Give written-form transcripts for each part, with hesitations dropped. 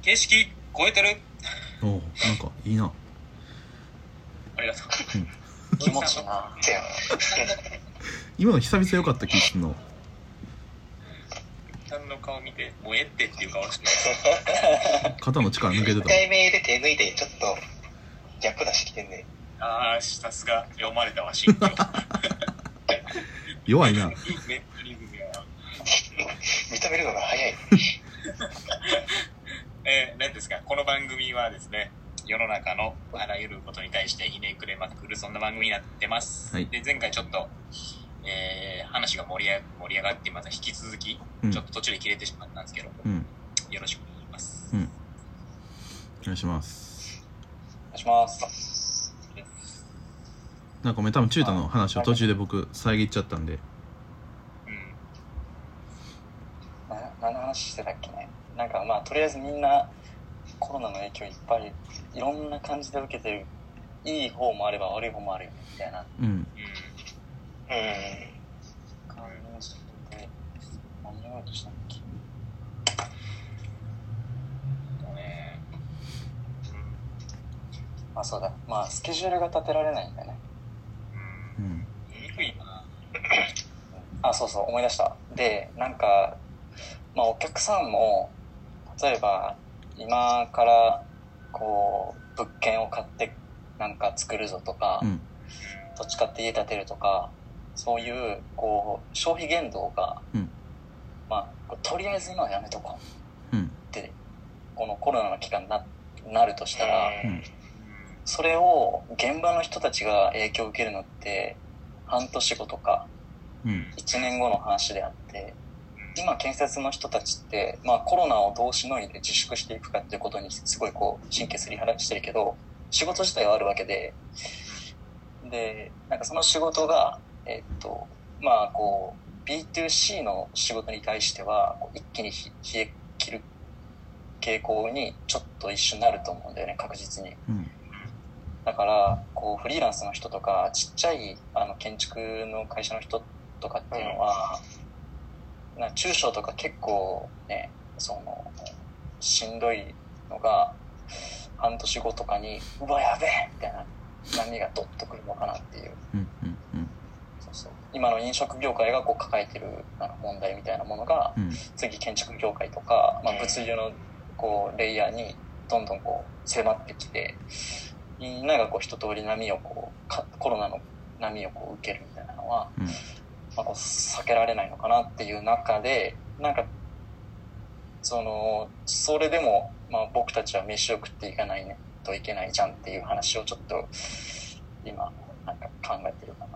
形式超えてる。 おお、なんかいいな。 ありがとう。気持ちいいな。 今の久々良かった気すんの。 ちゃんの顔見てもうえってっていう顔して肩の力抜けてた。 1回目で手抜いてちょっとギャップ出してきてんね。 ああ、さすが読まれたわし弱いな。 メリズムやな。 認めるのが早い。 何ですか、この番組はですね、世の中のあらゆることに対してひねくれまくるそんな番組になってます、はい、で前回ちょっと、話が盛り上がってまた引き続き、ちょっと途中で切れてしまったんですけど、よろしくお願いします、 お願いします。 お願いします。 なんか多分中太の話を途中で僕遮っちゃったんで、 何の話してたっけね。なんかまあとりあえずみんなコロナの影響いっぱいいろんな感じで受けてる。いい方もあれば悪い方もあるよねみたいな。感じで何を言おうとしたっけ。まあそうだ。まあスケジュールが立てられないんだよね。あ、そうそう思い出した。でなんかまあお客さんも例えば今からこう物件を買ってなんか作るぞとか、土地買って家建てるとか、そういうこう消費言動が、まあとりあえず今はやめとこうって、このコロナの期間に なるとしたら、それを現場の人たちが影響を受けるのって半年後とか1年後の話であって、今建設の人たちって、まあ、コロナをどうしのいで自粛していくかっていうことにすごいこう神経すり払してるけど、仕事自体はあるわけで、なんかその仕事がまあこう B2C の仕事に対してはこう一気に冷え切る傾向にちょっと一瞬なると思うんだよね、確実に。だからこうフリーランスの人とかちっちゃい建築の会社の人とかっていうのは、中小とか結構ね、そのしんどいのが半年後とかにうわやべえみたいな波がドッとくるのかなっていう、そう今の飲食業界がこう抱えてる問題みたいなものが、次建築業界とか、まあ、物流のこうレイヤーにどんどんこう迫ってきて、みんながこう一通り波をこうコロナの波をこう受けるみたいなのは、まあ、こう避けられないのかなっていう中で、なんかそれでも、まあ、僕たちは飯を食っていかないといけないじゃんっていう話をちょっと今なんか考えてるかな。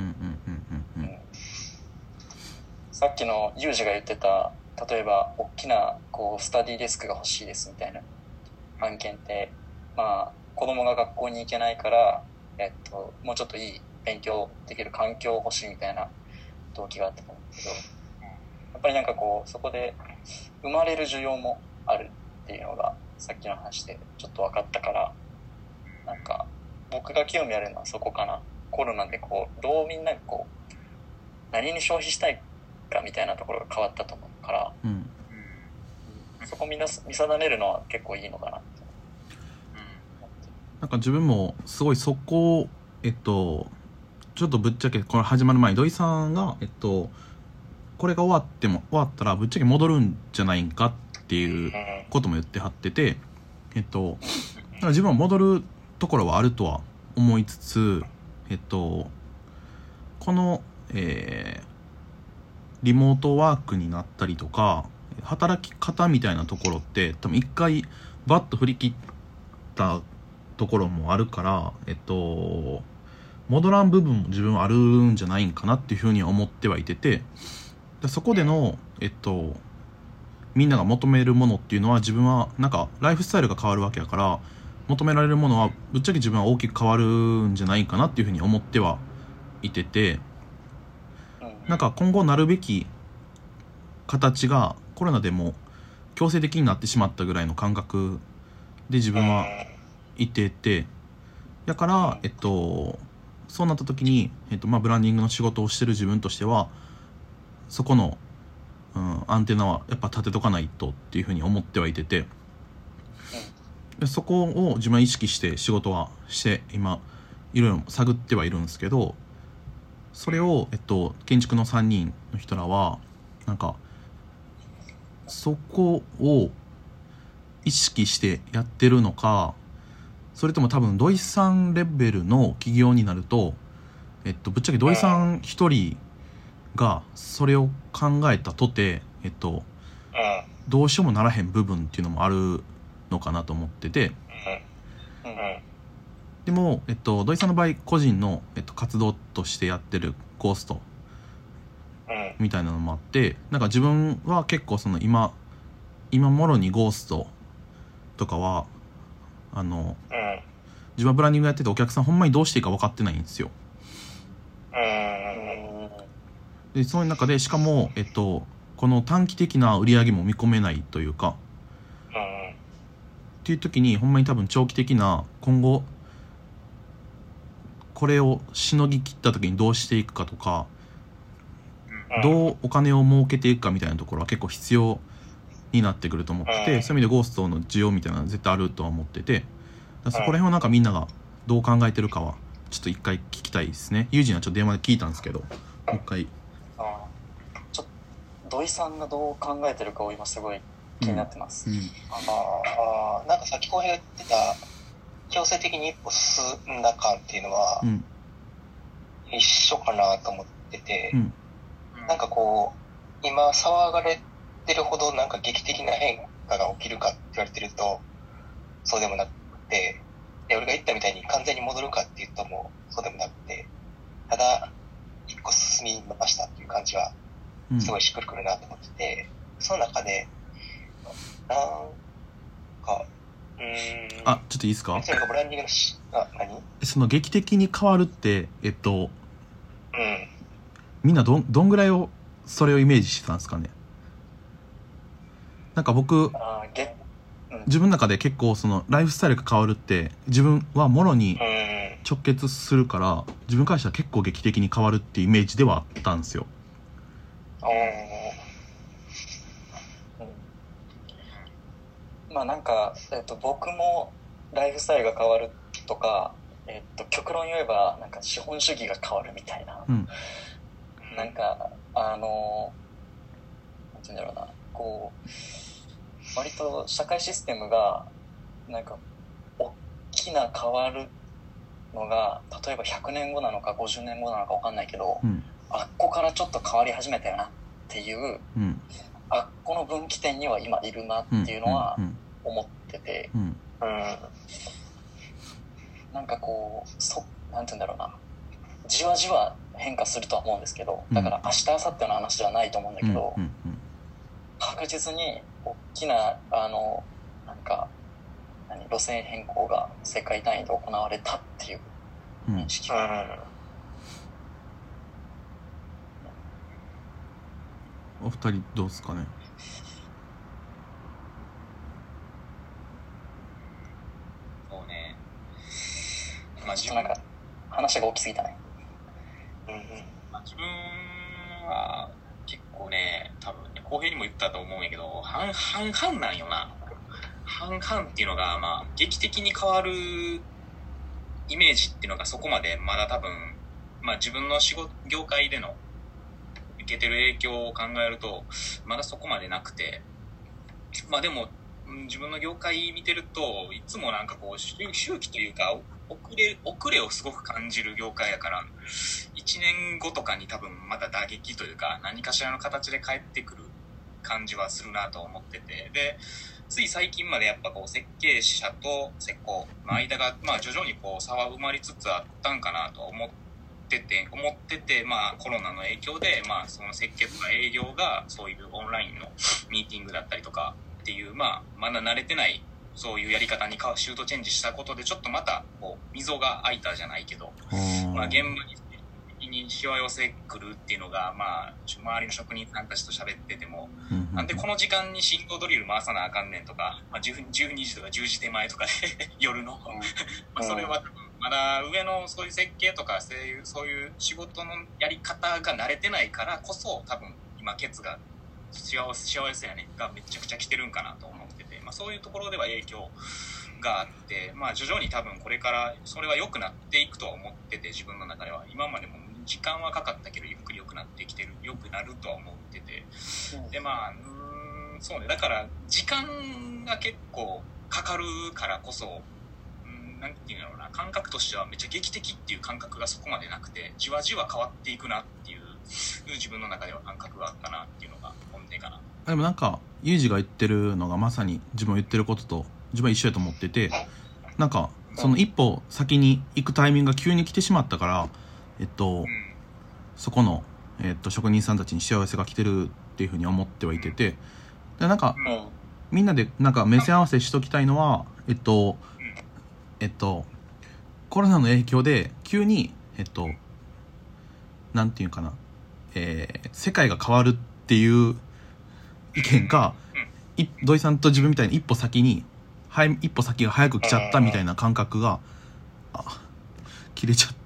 さっきのユージが言ってた、例えば大きなこうスタディデスクが欲しいですみたいな案件って、まあ子供が学校に行けないから、もうちょっといい勉強できる環境欲しいみたいな動機があったと思うんですけど、やっぱりなんかこうそこで生まれる需要もあるっていうのがさっきの話でちょっと分かったから、なんか僕が興味あるのはそこかな。コロナでこうどうみんながこう何に消費したいかみたいなところが変わったと思うから、そこ見定めるのは結構いいのかなって。 なんか自分もすごいそこをちょっとぶっちゃけこれ始まる前に土井さんがこれが終わったらぶっちゃけ戻るんじゃないんかっていうことも言ってはってて、自分は戻るところはあるとは思いつつ、この、リモートワークになったりとか働き方みたいなところって多分一回バッと振り切ったところもあるから、戻らん部分も自分はあるんじゃないんかなっていうふうには思ってはいてて、そこでのみんなが求めるものっていうのは、自分はなんかライフスタイルが変わるわけだから求められるものはぶっちゃけ自分は大きく変わるんじゃないかなっていうふうに思ってはいてて、なんか今後なるべき形がコロナでも強制的になってしまったぐらいの感覚で自分はいてて、だからそうなった時に、ブランディングの仕事をしてる自分としてはそこの、アンテナはやっぱ立てとかないとっていうふうに思ってはいてて、 でそこを自分は意識して仕事はして今いろいろ探ってはいるんですけど、それを、建築の3人の人らはなんかそこを意識してやってるのか、それとも多分土井さんレベルの企業になると、ぶっちゃけ土井さん一人がそれを考えたとて、どうしようもならへん部分っていうのもあるのかなと思ってて、でも、土井さんの場合個人の、活動としてやってるゴーストみたいなのもあって、なんか自分は結構その今もろにゴーストとかは自分はブランディングやっててお客さんほんまにどうしていいか分かってないんですよ。でその中でしかも、この短期的な売り上げも見込めないというか、っていう時にほんまに多分長期的な今後これをしのぎ切った時にどうしていくかとか、どうお金を儲けていくかみたいなところは結構必要になってくると思ってて、そういう意味でゴーストの需要みたいなのは絶対あるとは思ってて、そこら辺をなんかみんながどう考えてるかはちょっと一回聞きたいですね。ユージンはちょっと電話で聞いたんですけど、もう一回土井さんがどう考えてるかを今すごい気になってます。 なんかさっき浩平が言ってた強制的に一歩進んだ感っていうのは、一緒かなと思ってて、なんかこう今騒がれてるほどなんか劇的な変化が起きるかって言われてるとそうでもなくて、俺が言ったみたいに完全に戻るかっていうともうそうでもなくて、ただ一個進みましたっていう感じはすごいしっくりくるなと思ってて、その中でなんかちょっといいですか？ ブランディングの何？ その劇的に変わるってみんなどんぐらいをそれをイメージしてたんですかね。なんか僕自分の中で結構そのライフスタイルが変わるって自分はもろに直結するから、自分からしたら結構劇的に変わるっていうイメージではあったんですよ。 まあなんか、僕もライフスタイルが変わるとか、極論言えばなんか資本主義が変わるみたいな、なんかなんて言うんだろうな、こう割と社会システムがなんか大きな変わるのが例えば100年後なのか50年後なのか分かんないけど、あっこからちょっと変わり始めたよなっていう、あっこの分岐点には今いるなっていうのは思ってて、なんかこうなんて言うんだろうな、じわじわ変化するとは思うんですけど、だから明日明後日の話ではないと思うんだけど、確実に大きななんか路線変更が世界単位で行われたっていう認識が、 お二人どうですかね。 そうね、 ちょっとなんか話が大きすぎたね。 自分は結構ね、多分ね、公平にも言ったと思うんやけど、半々なんよな。半々っていうのが、まあ劇的に変わるイメージっていうのがそこまでまだ多分、まあ自分の仕事業界での受けてる影響を考えるとまだそこまでなくて、まあでも自分の業界見てるといつもなんかこう周期というか遅れをすごく感じる業界やから、1年後とかに多分また打撃というか何かしらの形で返ってくる感じはするなと思ってて、でつい最近までやっぱこう設計者と施工の間がまあ徐々にこう差は埋まりつつあったんかなと思ってて、まあコロナの影響でまあその設計とか営業がそういうオンラインのミーティングだったりとかっていう、まあまだ慣れてないそういうやり方にシュートチェンジしたことでちょっとまたこう溝が開いたじゃないけど、まあ現場にしわ寄せくるっていうのが、まあ周りの職人さんたちと喋ってても、なんでこの時間に振動ドリル回さなあかんねんとか、まあ、12時とか10時手前とかで夜のまあそれはまだ上のそういう設計とかそういう仕事のやり方が慣れてないからこそ多分今ケツが幸せやねがめちゃくちゃ来てるんかなと思ってて、そういうところでは影響があって、徐々に多分これからそれは良くなっていくとは思ってて、自分の中では今までも時間はかかったけどゆっくり良くなってきてる、良くなるとは思ってて、でそうね、だから時間が結構かかるからこそ、なんていうんだろうな、感覚としてはめっちゃ劇的っていう感覚がそこまでなくて、じわじわ変わっていくなっていう自分の中では感覚があったなっていうのが本音かな。 でもなんかユージが言ってるのがまさに自分が言ってることと自分は一緒やと思ってて、なんかその一歩先に行くタイミングが急に来てしまったから、そこの、職人さんたちに幸せが来てるっていうふうに思ってはいてて、でなんか、みんなでなんか目線合わせしときたいのは、コロナの影響で急になんていうかな、世界が変わるっていう意見が土井さんと自分みたいに一歩先が早く来ちゃったみたいな感覚が切れちゃっ